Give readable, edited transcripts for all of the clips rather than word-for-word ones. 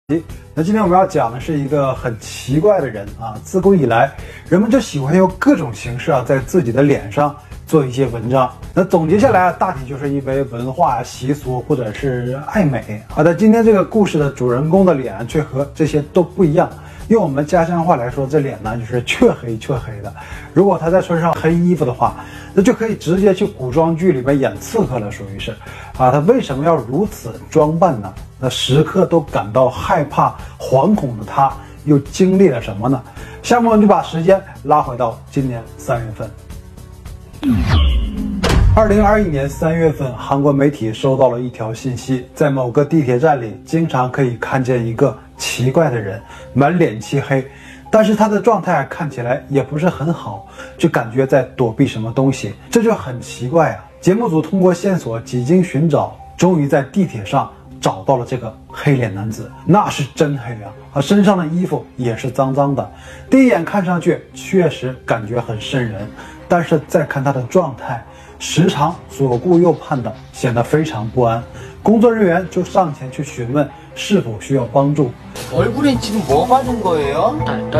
那今天我们要讲的是一个很奇怪的人啊，自古以来人们就喜欢用各种形式在自己的脸上做一些文章。那总结下来大体就是因为文化习俗或者是爱美啊。但今天这个故事的主人公的脸却和这些都不一样。用我们家乡话来说，这脸呢就是黢黑的。如果他再穿上黑衣服的话，那就可以直接去古装剧里面演刺客了，属于是啊。他为什么要如此装扮呢？那时刻都感到害怕、惶恐的他，又经历了什么呢？下面我们就把时间拉回到今年3月份。2021年3月份，韩国媒体收到了一条信息，在某个地铁站里，经常可以看见一个奇怪的人，满脸漆黑，但是他的状态看起来也不是很好，就感觉在躲避什么东西，这就很奇怪啊。节目组通过线索几经寻找，终于在地铁上找到了这个黑脸男子，那是真黑啊！身上的衣服也是脏脏的，第一眼看上去确实感觉很瘆人，但是再看他的状态，时常左顾右盼的，显得非常不安。工作人员就上前去询问是否需要帮助。 얼굴엔 지금 뭐 바른 거예요?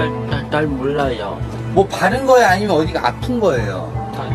날 몰라요. 뭐 바른 거예요? 아니면 어디가 아픈 거예요?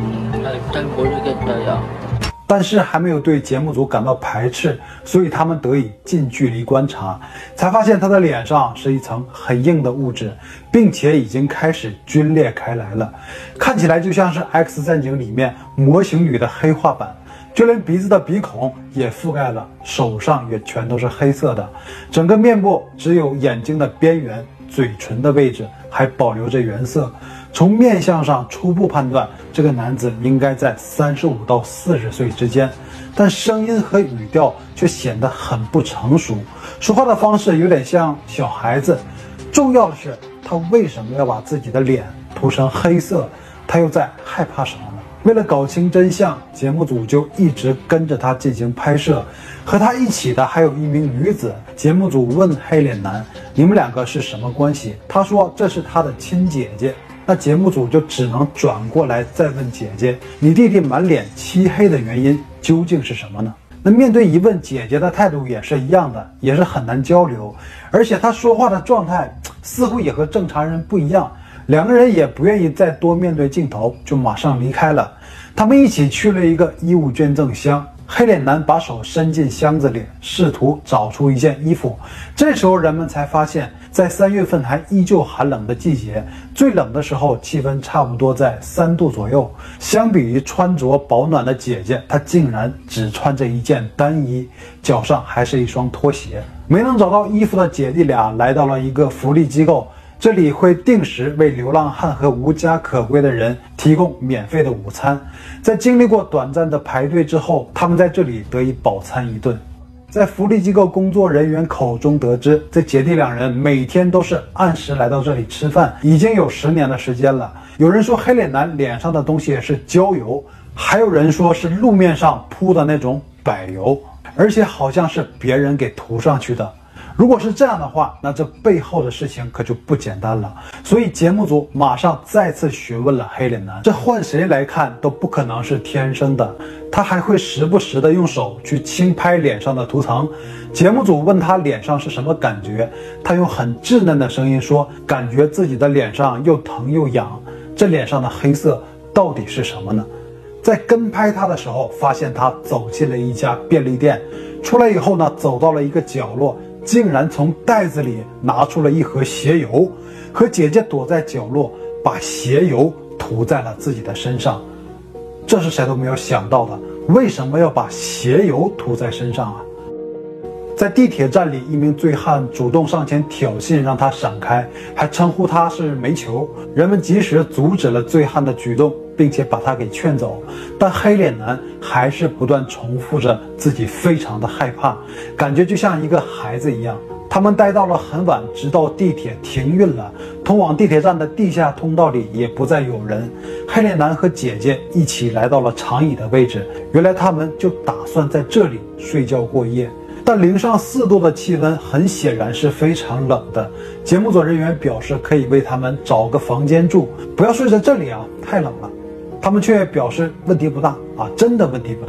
날 모르겠어요. 但是还没有对节目组感到排斥，所以他们得以近距离观察，才发现他的脸上是一层很硬的物质，并且已经开始皲裂开来了，看起来就像是 X 战警里面模型女的黑化版，就连鼻子的鼻孔也覆盖了，手上也全都是黑色的，整个面部只有眼睛的边缘、嘴唇的位置还保留着原色。从面相上初步判断，这个男子应该在35到40岁之间，但声音和语调却显得很不成熟，说话的方式有点像小孩子。重要的是，他为什么要把自己的脸涂成黑色？他又在害怕什么呢？为了搞清真相，节目组就一直跟着他进行拍摄。和他一起的还有一名女子。节目组问黑脸男：“你们两个是什么关系？”他说：“这是他的亲姐姐。”那节目组就只能转过来再问姐姐：“你弟弟满脸漆黑的原因究竟是什么呢？”那面对疑问，姐姐的态度也是一样的，也是很难交流，而且她说话的状态似乎也和正常人不一样。两个人也不愿意再多面对镜头，就马上离开了。他们一起去了一个衣物捐赠箱，黑脸男把手伸进箱子里，试图找出一件衣服。这时候人们才发现，在3月份还依旧寒冷的季节，最冷的时候气温差不多在3度左右。相比于穿着保暖的姐姐，她竟然只穿着一件单衣，脚上还是一双拖鞋。没能找到衣服的姐弟俩来到了一个福利机构，这里会定时为流浪汉和无家可归的人提供免费的午餐。在经历过短暂的排队之后，他们在这里得以饱餐一顿。在福利机构工作人员口中得知，这姐弟两人每天都是按时来到这里吃饭，已经有10年的时间了。有人说黑脸男脸上的东西是焦油，还有人说是路面上铺的那种柏油，而且好像是别人给涂上去的。如果是这样的话，那这背后的事情可就不简单了。所以节目组马上再次询问了黑脸男，这换谁来看都不可能是天生的，他还会时不时的用手去轻拍脸上的涂层。节目组问他脸上是什么感觉，他用很稚嫩的声音说，感觉自己的脸上又疼又痒。这脸上的黑色到底是什么呢？在跟拍他的时候，发现他走进了一家便利店，出来以后呢，走到了一个角落，竟然从袋子里拿出了一盒鞋油，和姐姐躲在角落，把鞋油涂在了自己的身上。这是谁都没有想到的，为什么要把鞋油涂在身上啊？在地铁站里，一名醉汉主动上前挑衅，让他闪开，还称呼他是煤球。人们及时阻止了醉汉的举动，并且把他给劝走，但黑脸男还是不断重复着自己非常的害怕，感觉就像一个孩子一样。他们待到了很晚，直到地铁停运了，通往地铁站的地下通道里也不再有人。黑脸男和姐姐一起来到了长椅的位置，原来他们就打算在这里睡觉过夜。但零上4度的气温很显然是非常冷的，节目组人员表示可以为他们找个房间住，不要睡在这里啊，太冷了。他们却表示问题不大啊，真的问题不大，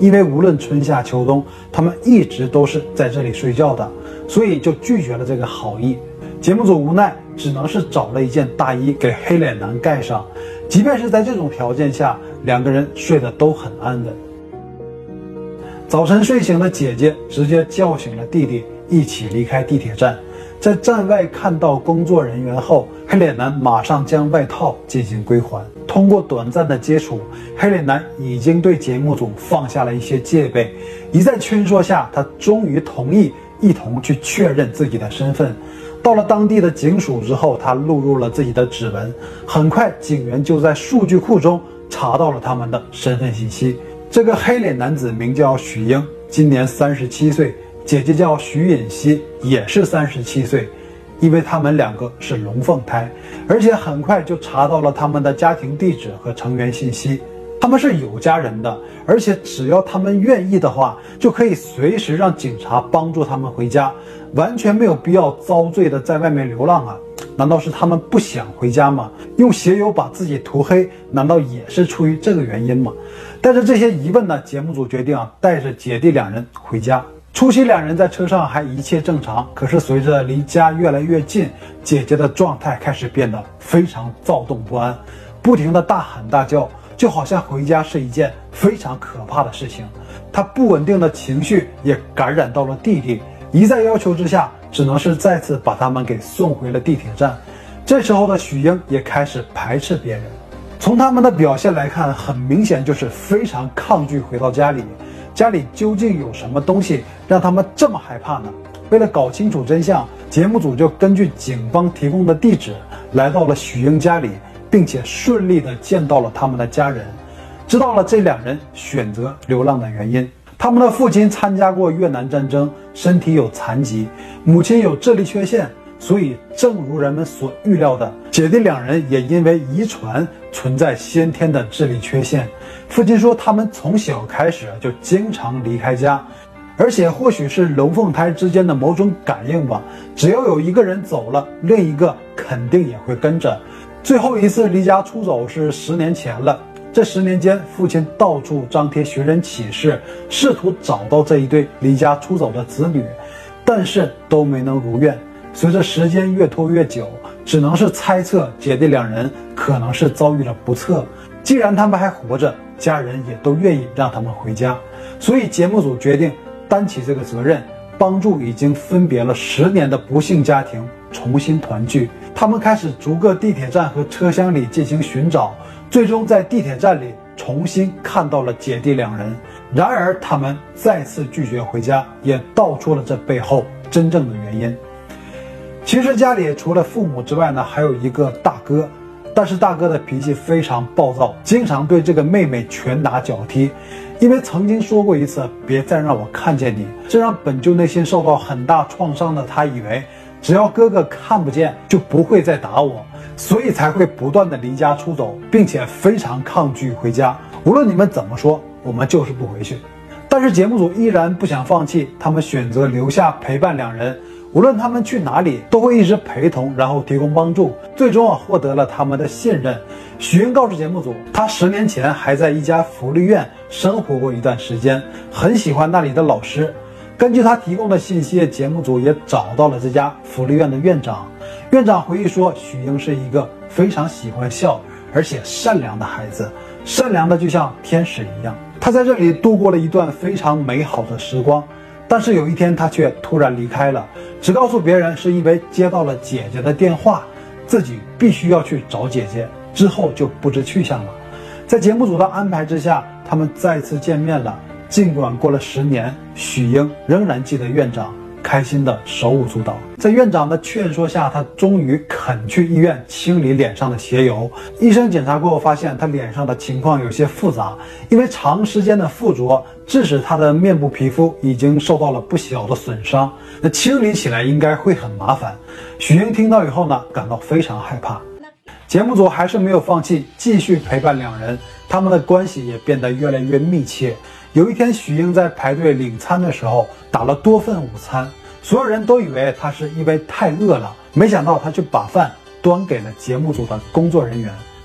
因为无论春夏秋冬，他们一直都是在这里睡觉的，所以就拒绝了这个好意。节目组无奈，只能是找了一件大衣给黑脸男盖上。即便是在这种条件下，两个人睡得都很安稳。早晨睡醒的姐姐直接叫醒了弟弟，一起离开地铁站。在站外看到工作人员后，黑脸男马上将外套进行归还。通过短暂的接触，黑脸男已经对节目组放下了一些戒备。一再劝说下，他终于同意一同去确认自己的身份。到了当地的警署之后，他录入了自己的指纹。很快，警员就在数据库中查到了他们的身份信息。这个黑脸男子名叫许英，今年37岁。姐姐叫徐允熙，也是37岁，因为他们两个是龙凤胎，而且很快就查到了他们的家庭地址和成员信息。他们是有家人的，而且只要他们愿意的话，就可以随时让警察帮助他们回家，完全没有必要遭罪的在外面流浪啊！难道是他们不想回家吗？用鞋油把自己涂黑，难道也是出于这个原因吗？带着这些疑问呢，节目组决定带着姐弟两人回家。初期两人在车上还一切正常，可是随着离家越来越近，姐姐的状态开始变得非常躁动不安，不停地大喊大叫，就好像回家是一件非常可怕的事情。她不稳定的情绪也感染到了弟弟，一再要求之下，只能是再次把他们给送回了地铁站。这时候的许英也开始排斥别人，从他们的表现来看，很明显就是非常抗拒回到家里。家里究竟有什么东西让他们这么害怕呢？为了搞清楚真相，节目组就根据警方提供的地址来到了许英家里，并且顺利地见到了他们的家人，知道了这两人选择流浪的原因。他们的父亲参加过越南战争，身体有残疾，母亲有智力缺陷，所以正如人们所预料的，姐弟两人也因为遗传存在先天的智力缺陷。父亲说他们从小开始就经常离开家，而且或许是龙凤胎之间的某种感应吧，只要有一个人走了，另一个肯定也会跟着。最后一次离家出走是10年前了，这10年间，父亲到处张贴寻人启事，试图找到这一对离家出走的子女，但是都没能如愿。随着时间越拖越久，只能是猜测姐弟两人可能是遭遇了不测。既然他们还活着，家人也都愿意让他们回家，所以节目组决定担起这个责任，帮助已经分别了10年的不幸家庭重新团聚。他们开始逐个地铁站和车厢里进行寻找，最终在地铁站里重新看到了姐弟两人。然而他们再次拒绝回家，也道出了这背后真正的原因。其实家里除了父母之外呢，还有一个大哥，但是大哥的脾气非常暴躁，经常对这个妹妹拳打脚踢。因为曾经说过一次别再让我看见你，这让本就内心受到很大创伤的他以为只要哥哥看不见就不会再打我，所以才会不断的离家出走，并且非常抗拒回家。无论你们怎么说，我们就是不回去。但是节目组依然不想放弃，他们选择留下陪伴两人，无论他们去哪里都会一直陪同，然后提供帮助，最终获得了他们的信任。许英告诉节目组，他10年前还在一家福利院生活过一段时间，很喜欢那里的老师。根据他提供的信息，节目组也找到了这家福利院的院长。院长回忆说，许英是一个非常喜欢笑而且善良的孩子，善良的就像天使一样。他在这里度过了一段非常美好的时光，但是有一天他却突然离开了，只告诉别人是因为接到了姐姐的电话，自己必须要去找姐姐，之后就不知去向了。在节目组的安排之下，他们再次见面了。尽管过了10年，许英仍然记得院长，开心的手舞足蹈。在院长的劝说下，他终于肯去医院清理脸上的鞋油。医生检查过后发现他脸上的情况有些复杂，因为长时间的附着致使他的面部皮肤已经受到了不小的损伤，那清理起来应该会很麻烦。许英听到以后呢，感到非常害怕。节目组还是没有放弃，继续陪伴两人，他们的关系也变得越来越密切。有一天，许英在排队领餐的时候打了多份午餐，所有人都以为他是因为太饿了，没想到他就把饭端给了节目组的工作人员。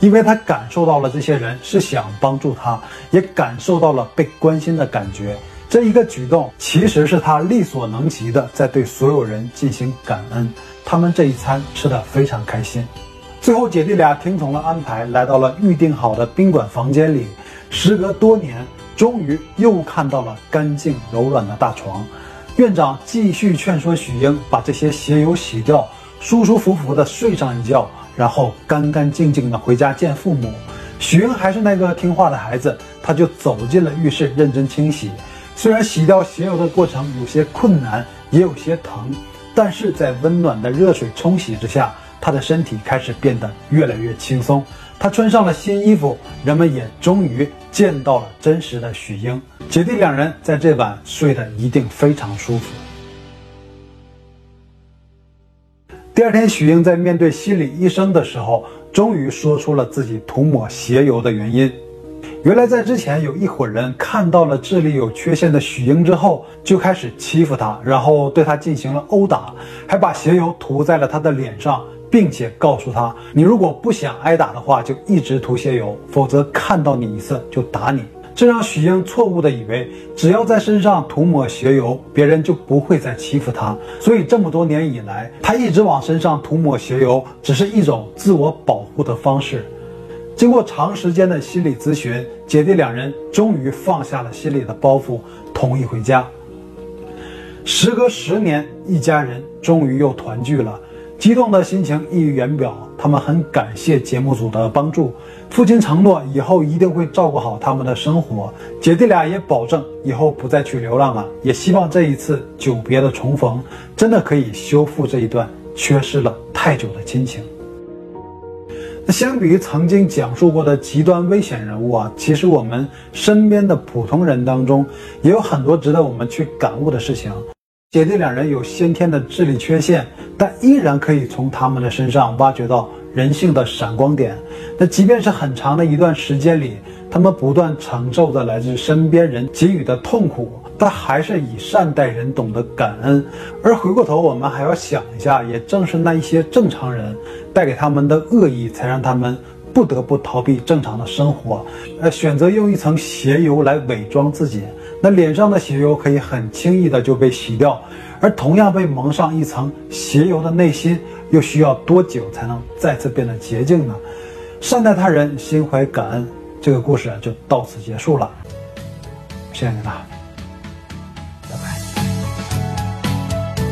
因为他感受到了这些人是想帮助他，也感受到了被关心的感觉。这一个举动其实是他力所能及的在对所有人进行感恩。他们这一餐吃得非常开心。最后姐弟俩听从了安排，来到了预定好的宾馆房间里。时隔多年，终于又看到了干净柔软的大床。院长继续劝说许英把这些鞋油洗掉，舒舒服服地睡上一觉，然后干干净净地回家见父母。许英还是那个听话的孩子，他就走进了浴室认真清洗。虽然洗掉鞋油的过程有些困难，也有些疼，但是在温暖的热水冲洗之下，他的身体开始变得越来越轻松。他穿上了新衣服，人们也终于见到了真实的许英。姐弟两人在这晚睡得一定非常舒服。第二天，许英在面对心理医生的时候，终于说出了自己涂抹鞋油的原因。原来在之前有一伙人看到了智力有缺陷的许英之后，就开始欺负他，然后对他进行了殴打，还把鞋油涂在了他的脸上，并且告诉他，你如果不想挨打的话，就一直涂鞋油，否则看到你一次就打你。这让许英错误地以为只要在身上涂抹鞋油，别人就不会再欺负他。所以这么多年以来，他一直往身上涂抹鞋油，只是一种自我保护的方式。经过长时间的心理咨询，姐弟两人终于放下了心里的包袱，同意回家。时隔10年，一家人终于又团聚了，激动的心情溢于言表。他们很感谢节目组的帮助，父亲承诺以后一定会照顾好他们的生活，姐弟俩也保证以后不再去流浪了，也希望这一次久别的重逢真的可以修复这一段缺失了太久的亲情。那相比于曾经讲述过的极端危险人物啊，其实我们身边的普通人当中也有很多值得我们去感悟的事情。姐弟两人有先天的智力缺陷，但依然可以从他们的身上挖掘到人性的闪光点。那即便是很长的一段时间里，他们不断承受着来自身边人给予的痛苦，但还是以善待人，懂得感恩。而回过头我们还要想一下，也正是那一些正常人带给他们的恶意，才让他们不得不逃避正常的生活，选择用一层鞋油来伪装自己。那脸上的鞋油可以很轻易的就被洗掉，而同样被蒙上一层鞋油的内心，又需要多久才能再次变得洁净呢？善待他人，心怀感恩，这个故事就到此结束了。谢谢你了。